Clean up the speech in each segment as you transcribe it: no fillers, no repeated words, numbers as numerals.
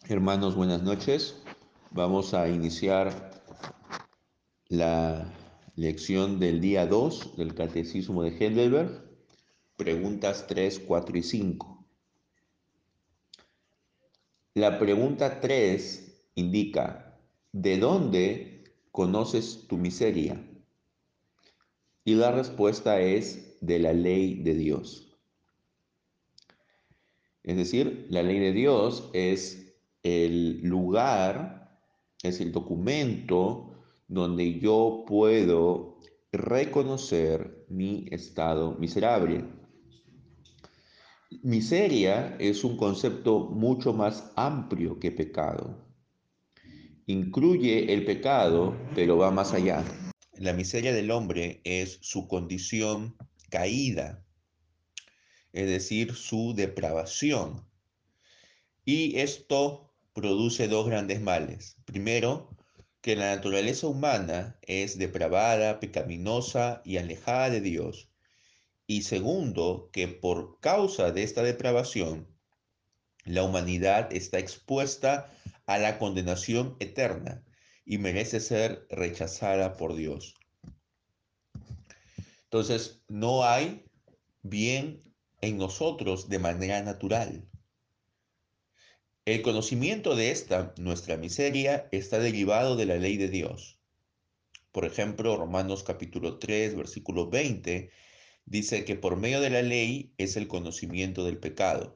Hermanos, buenas noches. Vamos a iniciar la lección del día 2 del Catecismo de Heidelberg, preguntas 3, 4 y 5. La pregunta 3 indica, ¿de dónde conoces tu miseria? Y la respuesta es de la ley de Dios. Es decir, la ley de Dios es el lugar, es el documento donde yo puedo reconocer mi estado miserable. Miseria es un concepto mucho más amplio que pecado. Incluye el pecado, pero va más allá. La miseria del hombre es su condición caída, es decir, su depravación. Y esto produce dos grandes males. Primero, que la naturaleza humana es depravada, pecaminosa y alejada de Dios. Y segundo, que por causa de esta depravación, la humanidad está expuesta a la condenación eterna y merece ser rechazada por Dios. Entonces, no hay bien en nosotros de manera natural. El conocimiento de esta, nuestra miseria, está derivado de la ley de Dios. Por ejemplo, Romanos capítulo 3, versículo 20, dice que por medio de la ley es el conocimiento del pecado.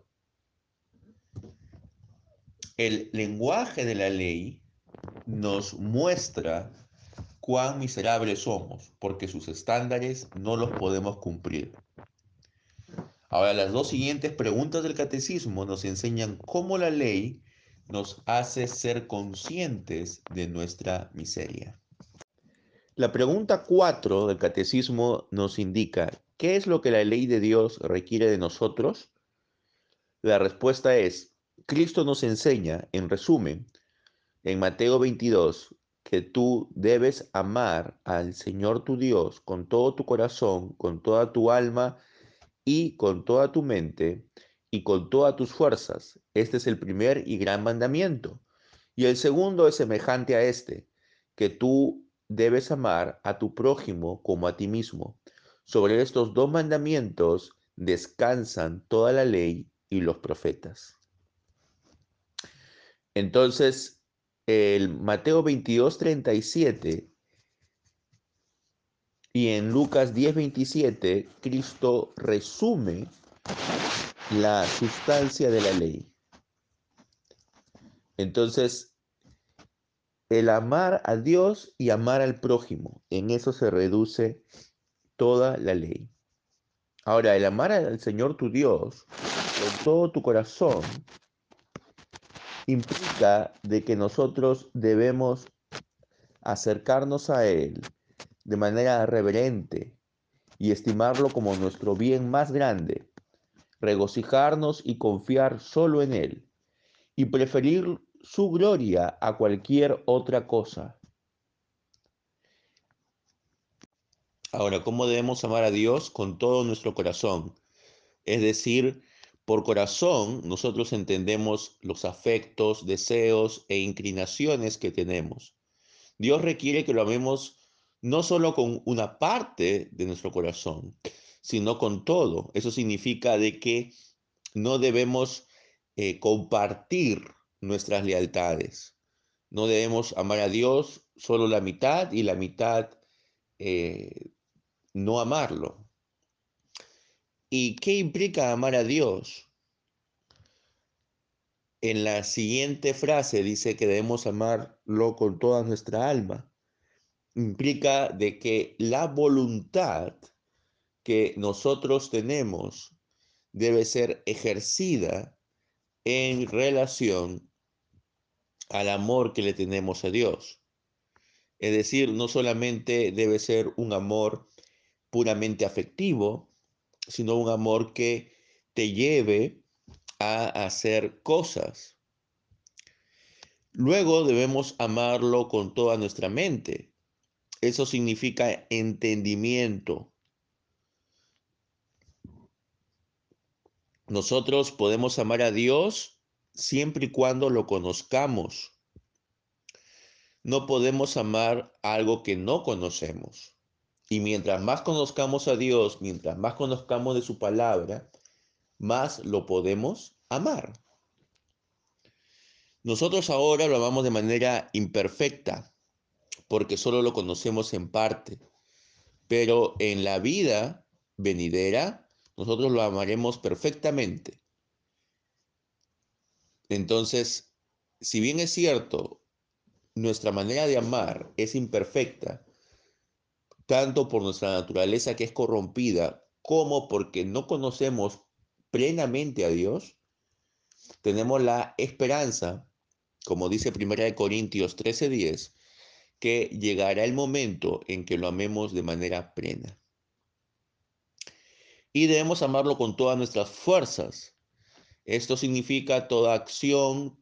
El lenguaje de la ley nos muestra cuán miserables somos, porque sus estándares no los podemos cumplir. Ahora, las dos siguientes preguntas del catecismo nos enseñan cómo la ley nos hace ser conscientes de nuestra miseria. La pregunta 4 del catecismo nos indica, ¿qué es lo que la ley de Dios requiere de nosotros? La respuesta es, Cristo nos enseña, en resumen, en Mateo 22, que tú debes amar al Señor tu Dios con todo tu corazón, con toda tu alma y con toda tu mente y con todas tus fuerzas. Este es el primer y gran mandamiento. Y el segundo es semejante a este, que tú debes amar a tu prójimo como a ti mismo. Sobre estos dos mandamientos descansan toda la ley y los profetas. Entonces, el Mateo 22:37 y en Lucas 10:27, Cristo resume la sustancia de la ley. Entonces, el amar a Dios y amar al prójimo, en eso se reduce toda la ley. Ahora, el amar al Señor tu Dios con todo tu corazón implica de que nosotros debemos acercarnos a Él de manera reverente y estimarlo como nuestro bien más grande, regocijarnos y confiar solo en Él y preferir su gloria a cualquier otra cosa. Ahora, ¿cómo debemos amar a Dios? Con todo nuestro corazón. Es decir, por corazón nosotros entendemos los afectos, deseos e inclinaciones que tenemos. Dios requiere que lo amemos no solo con una parte de nuestro corazón, sino con todo. Eso significa de que no debemos compartir nuestras lealtades. No debemos amar a Dios solo la mitad y la mitad eh, no amarlo. ¿Y qué implica amar a Dios? En la siguiente frase dice que debemos amarlo con toda nuestra alma. Implica de que la voluntad que nosotros tenemos debe ser ejercida en relación al amor que le tenemos a Dios. Es decir, no solamente debe ser un amor puramente afectivo, sino un amor que te lleve a hacer cosas. Luego debemos amarlo con toda nuestra mente. Eso significa entendimiento. Nosotros podemos amar a Dios siempre y cuando lo conozcamos. No podemos amar algo que no conocemos. Y mientras más conozcamos a Dios, mientras más conozcamos de su palabra, más lo podemos amar. Nosotros ahora lo amamos de manera imperfecta, porque solo lo conocemos en parte. Pero en la vida venidera, nosotros lo amaremos perfectamente. Entonces, si bien es cierto, nuestra manera de amar es imperfecta, tanto por nuestra naturaleza que es corrompida, como porque no conocemos plenamente a Dios, tenemos la esperanza, como dice 1 Corintios 13:10, que llegará el momento en que lo amemos de manera plena. Y debemos amarlo con todas nuestras fuerzas. Esto significa toda acción,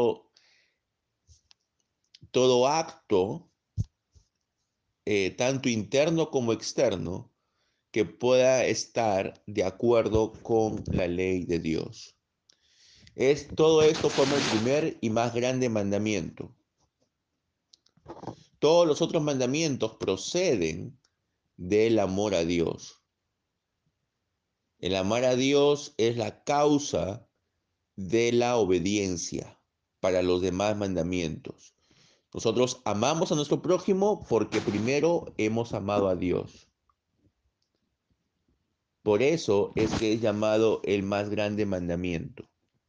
todo acto, tanto interno como externo, que pueda estar de acuerdo con la ley de Dios. Todo esto forma el primer y más grande mandamiento. Todos los otros mandamientos proceden del amor a Dios. El amar a Dios es la causa de la obediencia para los demás mandamientos. Nosotros amamos a nuestro prójimo porque primero hemos amado a Dios. Por eso es que es llamado el más grande mandamiento.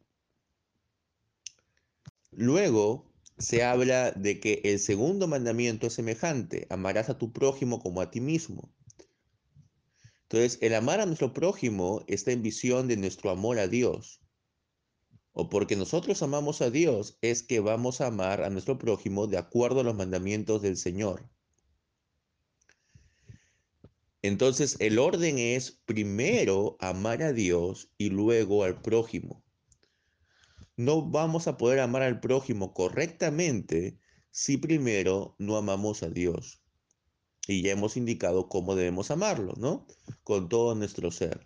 Luego se habla de que el segundo mandamiento es semejante: amarás a tu prójimo como a ti mismo. Entonces, el amar a nuestro prójimo está en visión de nuestro amor a Dios. O porque nosotros amamos a Dios, es que vamos a amar a nuestro prójimo de acuerdo a los mandamientos del Señor. Entonces, el orden es primero amar a Dios y luego al prójimo. No vamos a poder amar al prójimo correctamente si primero no amamos a Dios. Y ya hemos indicado cómo debemos amarlo, ¿no? Con todo nuestro ser.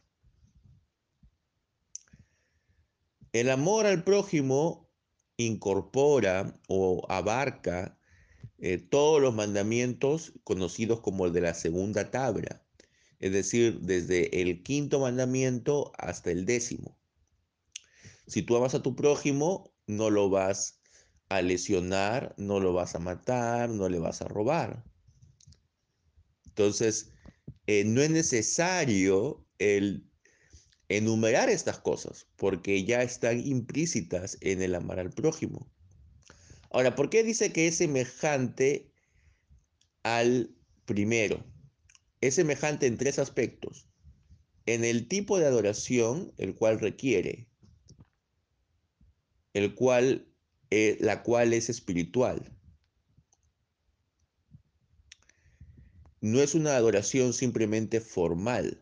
El amor al prójimo incorpora o abarca todos los mandamientos conocidos como el de la segunda tabla, es decir, desde el quinto mandamiento hasta el 10º. Si tú amas a tu prójimo, no lo vas a lesionar, no lo vas a matar, no le vas a robar. Entonces, no es necesario el enumerar estas cosas, porque ya están implícitas en el amar al prójimo. Ahora, ¿por qué dice que es semejante al primero? Es semejante en tres aspectos: en el tipo de adoración, el cual requiere, la cual es espiritual. No es una adoración simplemente formal.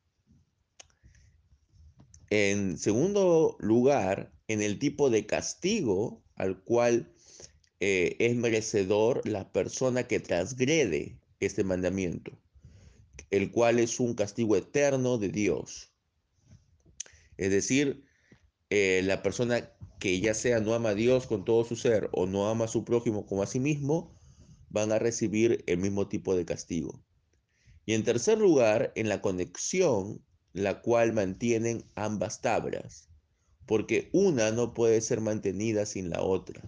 En segundo lugar, en el tipo de castigo al cual es merecedor la persona que transgrede este mandamiento, el cual es un castigo eterno de Dios. Es decir, la persona que ya sea no ama a Dios con todo su ser o no ama a su prójimo como a sí mismo, van a recibir el mismo tipo de castigo. Y en tercer lugar, en la conexión la cual mantienen ambas tablas, porque una no puede ser mantenida sin la otra.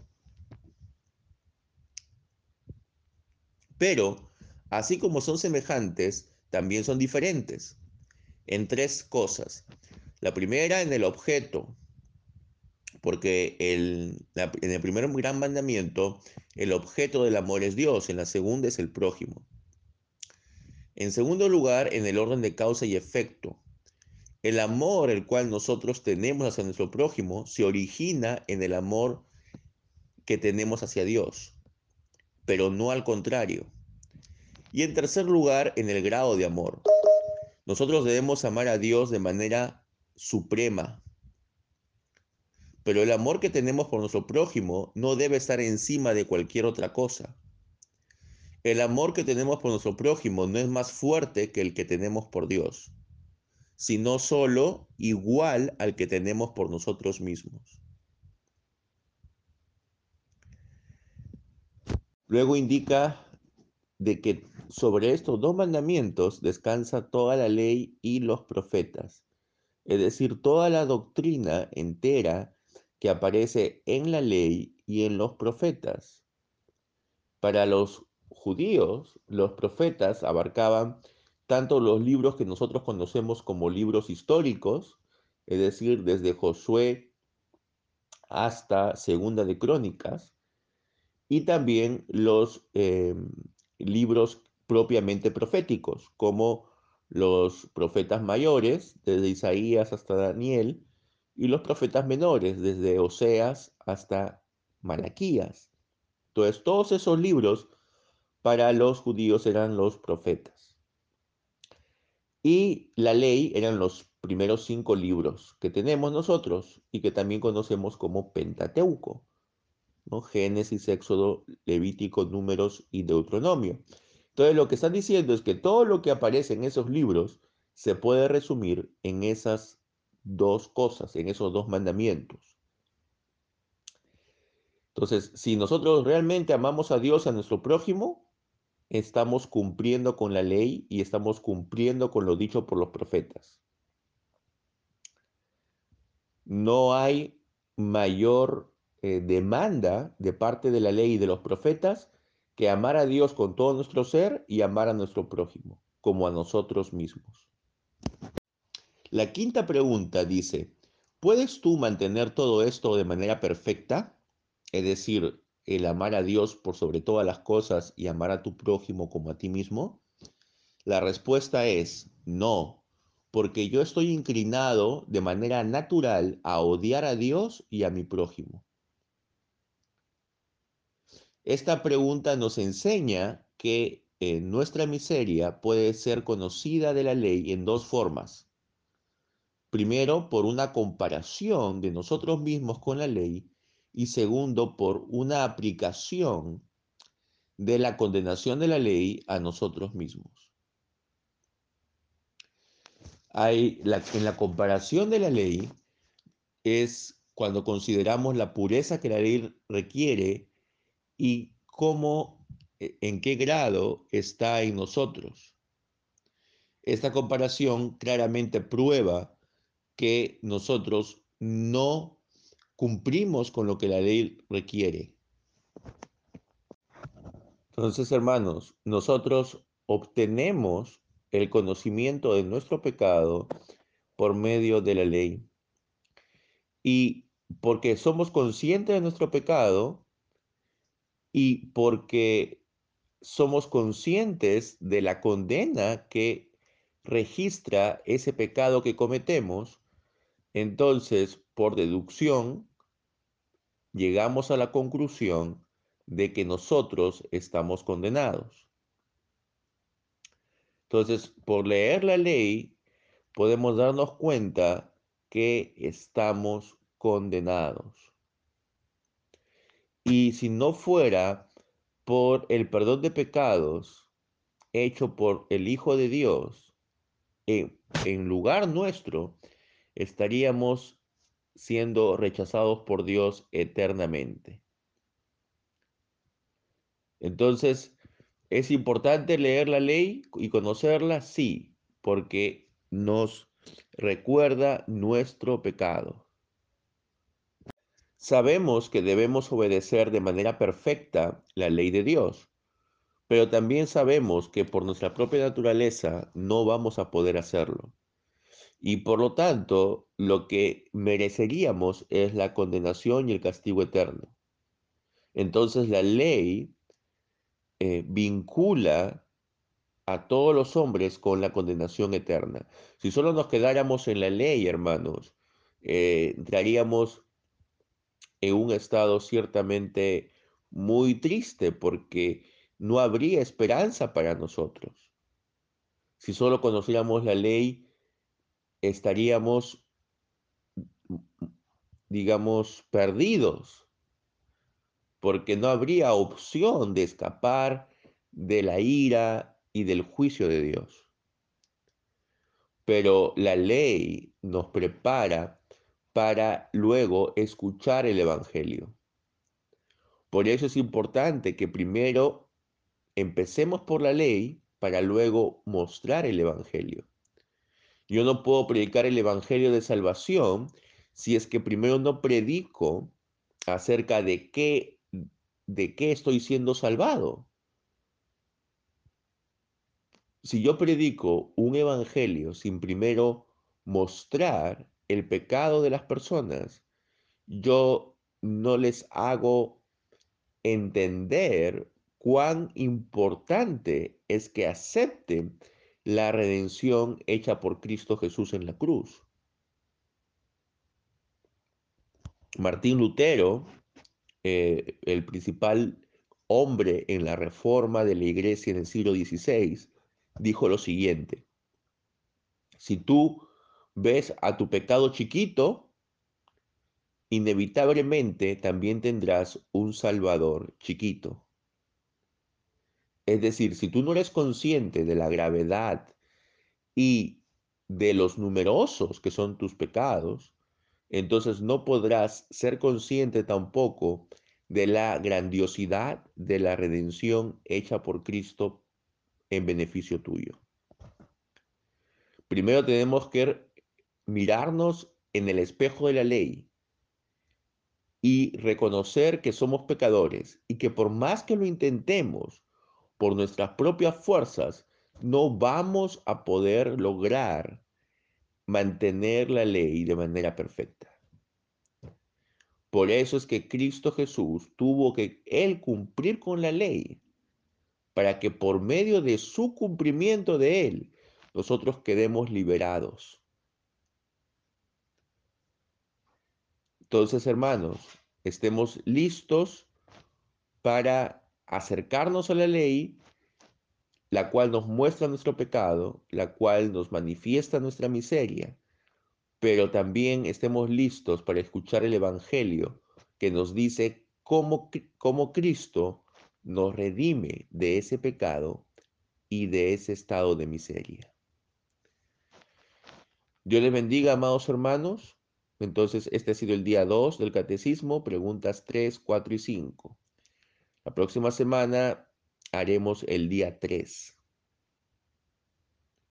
Pero, así como son semejantes, también son diferentes en tres cosas. La primera, en el objeto, porque en el primer gran mandamiento, el objeto del amor es Dios, en la segunda es el prójimo. En segundo lugar, en el orden de causa y efecto. El amor el cual nosotros tenemos hacia nuestro prójimo se origina en el amor que tenemos hacia Dios, pero no al contrario. Y en tercer lugar, en el grado de amor. Nosotros debemos amar a Dios de manera suprema, pero el amor que tenemos por nuestro prójimo no debe estar encima de cualquier otra cosa. El amor que tenemos por nuestro prójimo no es más fuerte que el que tenemos por Dios, sino solo igual al que tenemos por nosotros mismos. Luego indica de que sobre estos dos mandamientos descansa toda la ley y los profetas, es decir, toda la doctrina entera que aparece en la ley y en los profetas. Para los judíos, los profetas abarcaban tanto los libros que nosotros conocemos como libros históricos, es decir, desde Josué hasta Segunda de Crónicas, y también los libros propiamente proféticos, como los profetas mayores, desde Isaías hasta Daniel, y los profetas menores, desde Oseas hasta Malaquías. Entonces, todos esos libros para los judíos eran los profetas. Y la ley eran los primeros 5 libros que tenemos nosotros y que también conocemos como Pentateuco, ¿no? Génesis, Éxodo, Levítico, Números y Deuteronomio. Entonces lo que están diciendo es que todo lo que aparece en esos libros se puede resumir en esas dos cosas, en esos dos mandamientos. Entonces, si nosotros realmente amamos a Dios y a nuestro prójimo, estamos cumpliendo con la ley y estamos cumpliendo con lo dicho por los profetas. No hay mayor demanda de parte de la ley y de los profetas que amar a Dios con todo nuestro ser y amar a nuestro prójimo, como a nosotros mismos. La quinta pregunta dice, ¿puedes tú mantener todo esto de manera perfecta? Es decir, el amar a Dios por sobre todas las cosas y amar a tu prójimo como a ti mismo. La respuesta es no, porque yo estoy inclinado de manera natural a odiar a Dios y a mi prójimo. Esta pregunta nos enseña que nuestra miseria puede ser conocida de la ley en dos formas. Primero, por una comparación de nosotros mismos con la ley y segundo, por una aplicación de la condenación de la ley a nosotros mismos. En la comparación de la ley es cuando consideramos la pureza que la ley requiere y cómo, en qué grado está en nosotros. Esta comparación claramente prueba que nosotros no cumplimos con lo que la ley requiere. Entonces, hermanos, nosotros obtenemos el conocimiento de nuestro pecado por medio de la ley. Y porque somos conscientes de nuestro pecado y porque somos conscientes de la condena que registra ese pecado que cometemos, entonces, por deducción, llegamos a la conclusión de que nosotros estamos condenados. Entonces, por leer la ley, podemos darnos cuenta que estamos condenados. Y si no fuera por el perdón de pecados hecho por el Hijo de Dios, en lugar nuestro, estaríamos siendo rechazados por Dios eternamente. Entonces, ¿es importante leer la ley y conocerla? Sí, porque nos recuerda nuestro pecado. Sabemos que debemos obedecer de manera perfecta la ley de Dios, pero también sabemos que por nuestra propia naturaleza no vamos a poder hacerlo. Y por lo tanto, lo que mereceríamos es la condenación y el castigo eterno. Entonces la ley vincula a todos los hombres con la condenación eterna. Si solo nos quedáramos en la ley, hermanos, entraríamos en un estado ciertamente muy triste porque no habría esperanza para nosotros. Si solo conociéramos la ley, estaríamos, digamos, perdidos, porque no habría opción de escapar de la ira y del juicio de Dios. Pero la ley nos prepara para luego escuchar el Evangelio. Por eso es importante que primero empecemos por la ley para luego mostrar el Evangelio. Yo no puedo predicar el Evangelio de salvación si es que primero no predico acerca de qué estoy siendo salvado. Si yo predico un evangelio sin primero mostrar el pecado de las personas, yo no les hago entender cuán importante es que acepten la redención hecha por Cristo Jesús en la cruz. Martín Lutero, el principal hombre en la reforma de la iglesia en el siglo XVI, dijo lo siguiente: si tú ves a tu pecado chiquito, inevitablemente también tendrás un Salvador chiquito. Es decir, si tú no eres consciente de la gravedad y de los numerosos que son tus pecados, entonces no podrás ser consciente tampoco de la grandiosidad de la redención hecha por Cristo en beneficio tuyo. Primero tenemos que mirarnos en el espejo de la ley y reconocer que somos pecadores y que por más que lo intentemos por nuestras propias fuerzas, no vamos a poder lograr mantener la ley de manera perfecta. Por eso es que Cristo Jesús tuvo que Él cumplir con la ley para que por medio de su cumplimiento de Él, nosotros quedemos liberados. Entonces, hermanos, estemos listos para acercarnos a la ley, la cual nos muestra nuestro pecado, la cual nos manifiesta nuestra miseria, pero también estemos listos para escuchar el Evangelio que nos dice cómo Cristo nos redime de ese pecado y de ese estado de miseria. Dios les bendiga, amados hermanos. Entonces, este ha sido el día 2 del Catecismo, preguntas 3, 4 y 5. La próxima semana haremos el día 3.